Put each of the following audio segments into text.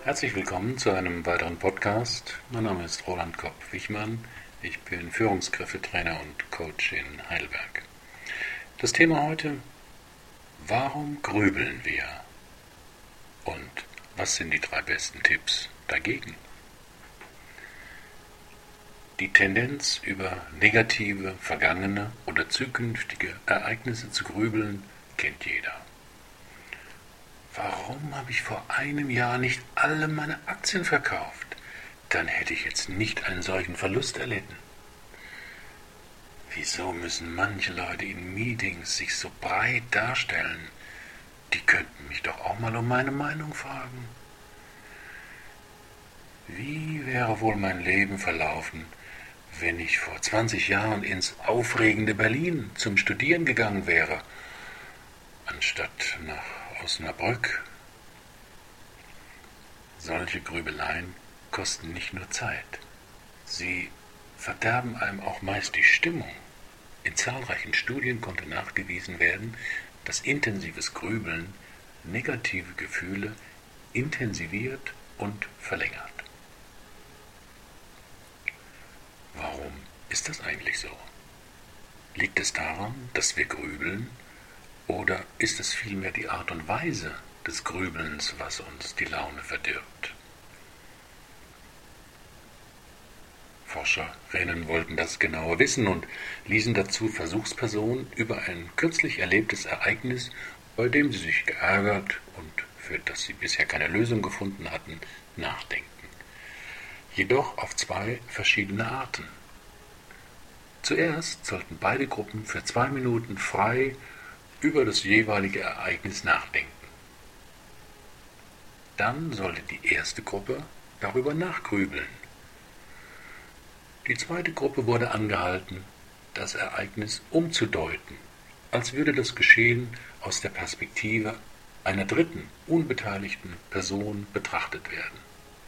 Herzlich willkommen zu einem weiteren Podcast. Mein Name ist Roland Kopp-Wichmann. Ich bin Führungskräftetrainer und Coach in Heidelberg. Das Thema heute: Warum grübeln wir? Und was sind die 3 besten Tipps dagegen? Die Tendenz, über negative, vergangene oder zukünftige Ereignisse zu grübeln, kennt jeder. Warum habe ich vor einem Jahr nicht alle meine Aktien verkauft? Dann hätte ich jetzt nicht einen solchen Verlust erlitten. Wieso müssen manche Leute in Meetings sich so breit darstellen? Die könnten mich doch auch mal um meine Meinung fragen. Wie wäre wohl mein Leben verlaufen, wenn ich vor 20 Jahren ins aufregende Berlin zum Studieren gegangen wäre, anstatt nach Osnabrück? Solche Grübeleien kosten nicht nur Zeit. Sie verderben einem auch meist die Stimmung. In zahlreichen Studien konnte nachgewiesen werden, dass intensives Grübeln negative Gefühle intensiviert und verlängert. Warum ist das eigentlich so? Liegt es daran, dass wir grübeln? Oder ist es vielmehr die Art und Weise des Grübelns, was uns die Laune verdirbt? Forscherinnen wollten das genauer wissen und ließen dazu Versuchspersonen über ein kürzlich erlebtes Ereignis, bei dem sie sich geärgert und für das sie bisher keine Lösung gefunden hatten, nachdenken. Jedoch auf 2 verschiedene Arten. Zuerst sollten beide Gruppen für 2 Minuten frei über das jeweilige Ereignis nachdenken. Dann sollte die erste Gruppe darüber nachgrübeln. Die zweite Gruppe wurde angehalten, das Ereignis umzudeuten, als würde das Geschehen aus der Perspektive einer dritten, unbeteiligten Person betrachtet werden.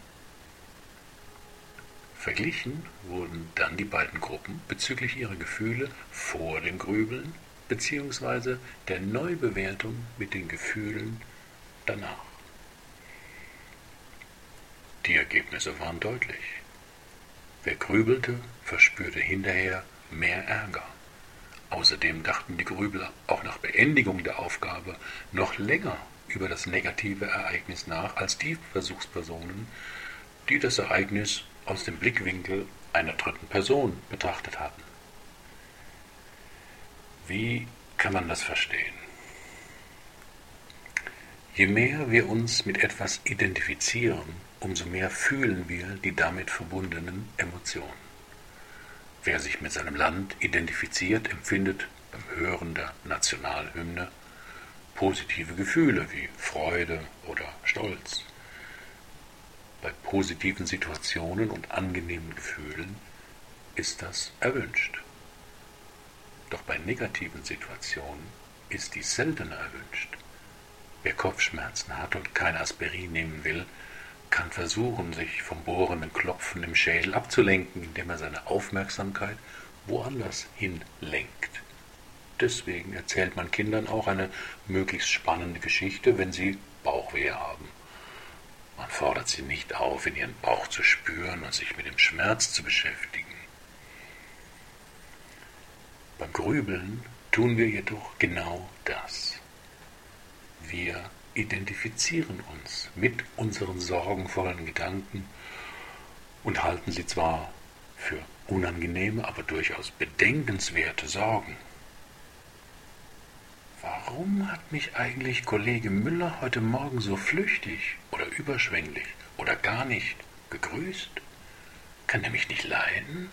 Verglichen wurden dann die beiden Gruppen bezüglich ihrer Gefühle vor dem Grübeln bzw. der Neubewertung mit den Gefühlen danach. Die Ergebnisse waren deutlich. Wer grübelte, verspürte hinterher mehr Ärger. Außerdem dachten die Grübler auch nach Beendigung der Aufgabe noch länger über das negative Ereignis nach als die Versuchspersonen, die das Ereignis aus dem Blickwinkel einer dritten Person betrachtet hatten. Wie kann man das verstehen? Je mehr wir uns mit etwas identifizieren, umso mehr fühlen wir die damit verbundenen Emotionen. Wer sich mit seinem Land identifiziert, empfindet beim Hören der Nationalhymne positive Gefühle wie Freude oder Stolz. Bei positiven Situationen und angenehmen Gefühlen ist das erwünscht. Doch bei negativen Situationen ist dies seltener erwünscht. Wer Kopfschmerzen hat und kein Aspirin nehmen will, kann versuchen, sich vom bohrenden Klopfen im Schädel abzulenken, indem er seine Aufmerksamkeit woanders hin lenkt. Deswegen erzählt man Kindern auch eine möglichst spannende Geschichte, wenn sie Bauchweh haben. Man fordert sie nicht auf, in ihren Bauch zu spüren und sich mit dem Schmerz zu beschäftigen. Beim Grübeln tun wir jedoch genau das. Wir identifizieren uns mit unseren sorgenvollen Gedanken und halten sie zwar für unangenehme, aber durchaus bedenkenswerte Sorgen. Warum hat mich eigentlich Kollege Müller heute Morgen so flüchtig oder überschwänglich oder gar nicht gegrüßt? Kann er mich nicht leiden?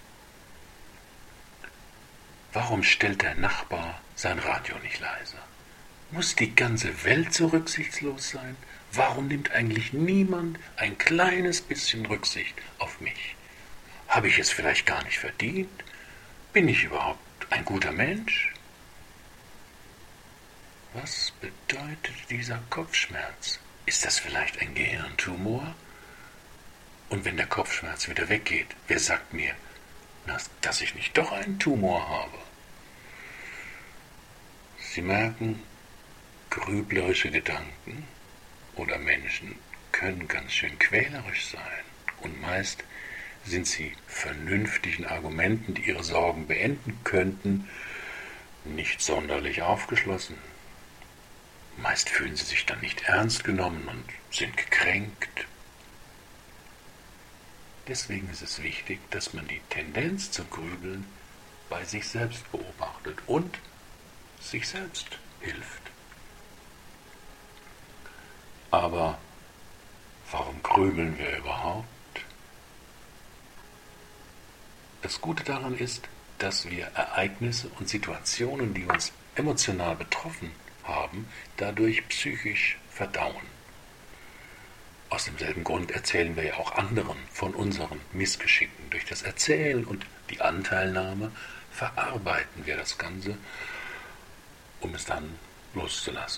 Warum stellt der Nachbar sein Radio nicht leiser? Muss die ganze Welt so rücksichtslos sein? Warum nimmt eigentlich niemand ein kleines bisschen Rücksicht auf mich? Habe ich es vielleicht gar nicht verdient? Bin ich überhaupt ein guter Mensch? Was bedeutet dieser Kopfschmerz? Ist das vielleicht ein Gehirntumor? Und wenn der Kopfschmerz wieder weggeht, wer sagt mir, dass ich nicht doch einen Tumor habe? Sie merken, grüblerische Gedanken oder Menschen können ganz schön quälerisch sein. Und meist sind sie vernünftigen Argumenten, die ihre Sorgen beenden könnten, nicht sonderlich aufgeschlossen. Meist fühlen sie sich dann nicht ernst genommen und sind gekränkt. Deswegen ist es wichtig, dass man die Tendenz zum Grübeln bei sich selbst beobachtet und sich selbst hilft. Aber warum grübeln wir überhaupt? Das Gute daran ist, dass wir Ereignisse und Situationen, die uns emotional betroffen haben, dadurch psychisch verdauen. Aus demselben Grund erzählen wir ja auch anderen von unseren Missgeschicken. Durch das Erzählen und die Anteilnahme verarbeiten wir das Ganze, um es dann loszulassen.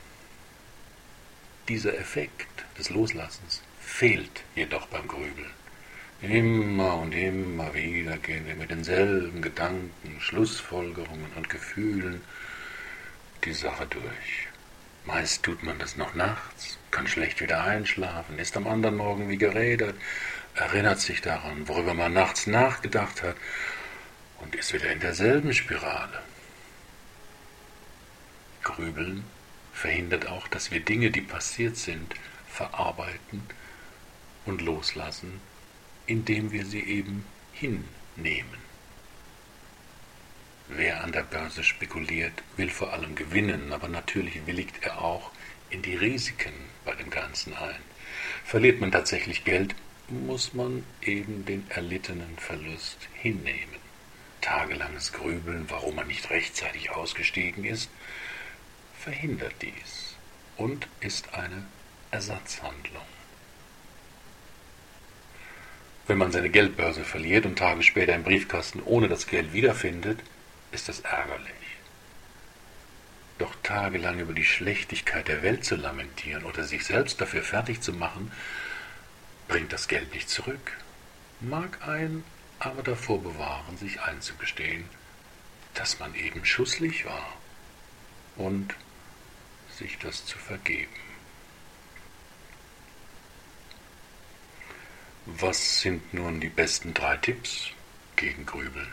Dieser Effekt des Loslassens fehlt jedoch beim Grübeln. Immer und immer wieder gehen wir mit denselben Gedanken, Schlussfolgerungen und Gefühlen die Sache durch. Meist tut man das noch nachts, kann schlecht wieder einschlafen, ist am anderen Morgen wie gerädert, erinnert sich daran, worüber man nachts nachgedacht hat und ist wieder in derselben Spirale. Grübeln verhindert auch, dass wir Dinge, die passiert sind, verarbeiten und loslassen, indem wir sie eben hinnehmen. Wer an der Börse spekuliert, will vor allem gewinnen, aber natürlich willigt er auch in die Risiken bei dem Ganzen ein. Verliert man tatsächlich Geld, muss man eben den erlittenen Verlust hinnehmen. Tagelanges Grübeln, warum man nicht rechtzeitig ausgestiegen ist, verhindert dies und ist eine Ersatzhandlung. Wenn man seine Geldbörse verliert und Tage später im Briefkasten ohne das Geld wiederfindet, ist das ärgerlich. Doch tagelang über die Schlechtigkeit der Welt zu lamentieren oder sich selbst dafür fertig zu machen, bringt das Geld nicht zurück. Mag einen aber davor bewahren, sich einzugestehen, dass man eben schusslich war und sich das zu vergeben. Was sind nun die besten 3 Tipps gegen Grübeln?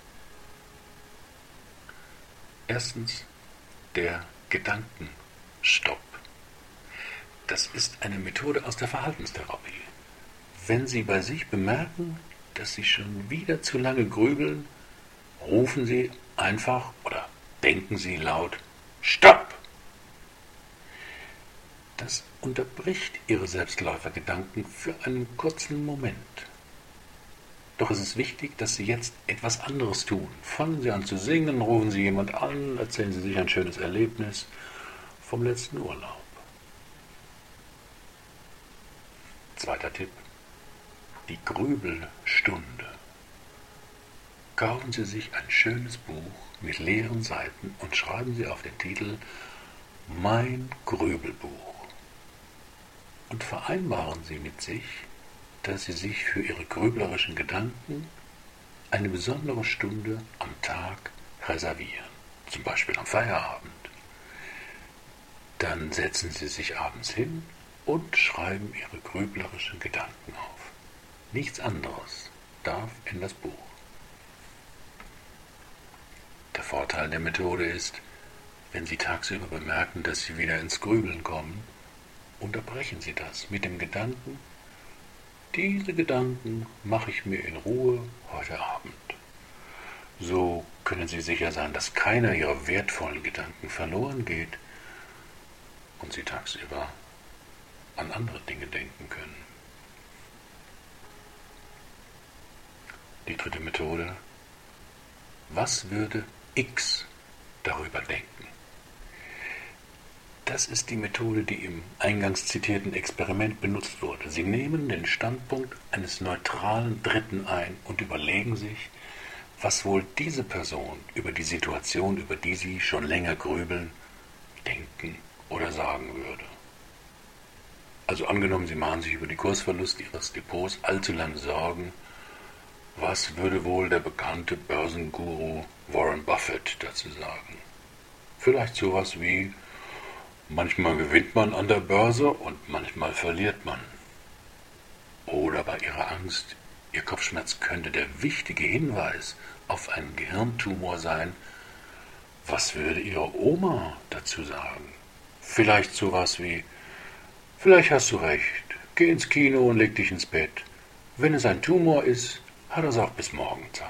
Erstens, der Gedankenstopp. Das ist eine Methode aus der Verhaltenstherapie. Wenn Sie bei sich bemerken, dass Sie schon wieder zu lange grübeln, rufen Sie einfach oder denken Sie laut Stopp! Das unterbricht Ihre Selbstläufergedanken für einen kurzen Moment. Doch es ist wichtig, dass Sie jetzt etwas anderes tun. Fangen Sie an zu singen, rufen Sie jemand an, erzählen Sie sich ein schönes Erlebnis vom letzten Urlaub. Zweiter Tipp: die Grübelstunde. Kaufen Sie sich ein schönes Buch mit leeren Seiten und schreiben Sie auf den Titel Mein Grübelbuch. Und vereinbaren Sie mit sich, dass Sie sich für Ihre grüblerischen Gedanken eine besondere Stunde am Tag reservieren, zum Beispiel am Feierabend. Dann setzen Sie sich abends hin und schreiben Ihre grüblerischen Gedanken auf. Nichts anderes darf in das Buch. Der Vorteil der Methode ist, wenn Sie tagsüber bemerken, dass Sie wieder ins Grübeln kommen, unterbrechen Sie das mit dem Gedanken: Diese Gedanken mache ich mir in Ruhe heute Abend. So können Sie sicher sein, dass keiner Ihrer wertvollen Gedanken verloren geht und Sie tagsüber an andere Dinge denken können. Die 3. Methode: Was würde X darüber denken? Das ist die Methode, die im eingangs zitierten Experiment benutzt wurde. Sie nehmen den Standpunkt eines neutralen Dritten ein und überlegen sich, was wohl diese Person über die Situation, über die sie schon länger grübeln, denken oder sagen würde. Also angenommen, Sie machen sich über die Kursverluste Ihres Depots allzu lange Sorgen, was würde wohl der bekannte Börsenguru Warren Buffett dazu sagen? Vielleicht sowas wie: Manchmal gewinnt man an der Börse und manchmal verliert man. Oder bei Ihrer Angst, Ihr Kopfschmerz könnte der wichtige Hinweis auf einen Gehirntumor sein. Was würde Ihre Oma dazu sagen? Vielleicht sowas wie: Vielleicht hast du recht, geh ins Kino und leg dich ins Bett. Wenn es ein Tumor ist, hat es auch bis morgen Zeit.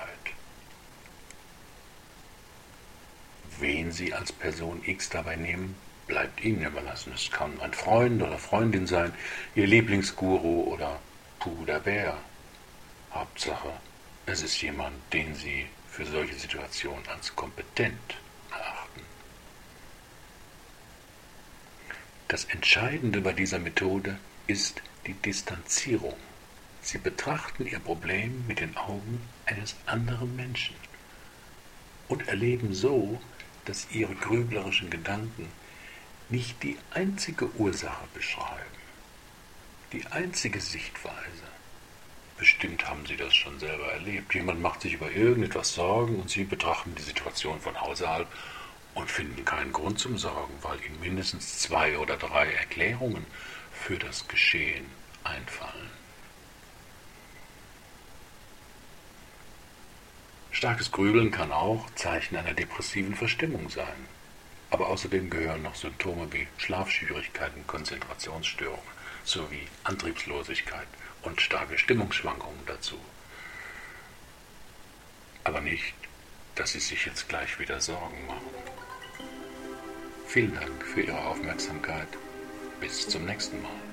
Wen Sie als Person X dabei nehmen, bleibt Ihnen überlassen. Es kann ein Freund oder Freundin sein, Ihr Lieblingsguru oder Puh der Bär. Hauptsache, es ist jemand, den Sie für solche Situationen als kompetent erachten. Das Entscheidende bei dieser Methode ist die Distanzierung. Sie betrachten Ihr Problem mit den Augen eines anderen Menschen und erleben so, dass Ihre grüblerischen Gedanken nicht die einzige Ursache beschreiben, die einzige Sichtweise. Bestimmt haben Sie das schon selber erlebt. Jemand macht sich über irgendetwas Sorgen und Sie betrachten die Situation von außerhalb und finden keinen Grund zum Sorgen, weil Ihnen mindestens 2 oder 3 Erklärungen für das Geschehen einfallen. Starkes Grübeln kann auch Zeichen einer depressiven Verstimmung sein. Aber außerdem gehören noch Symptome wie Schlafschwierigkeiten, Konzentrationsstörungen sowie Antriebslosigkeit und starke Stimmungsschwankungen dazu. Aber nicht, dass Sie sich jetzt gleich wieder Sorgen machen. Vielen Dank für Ihre Aufmerksamkeit. Bis zum nächsten Mal.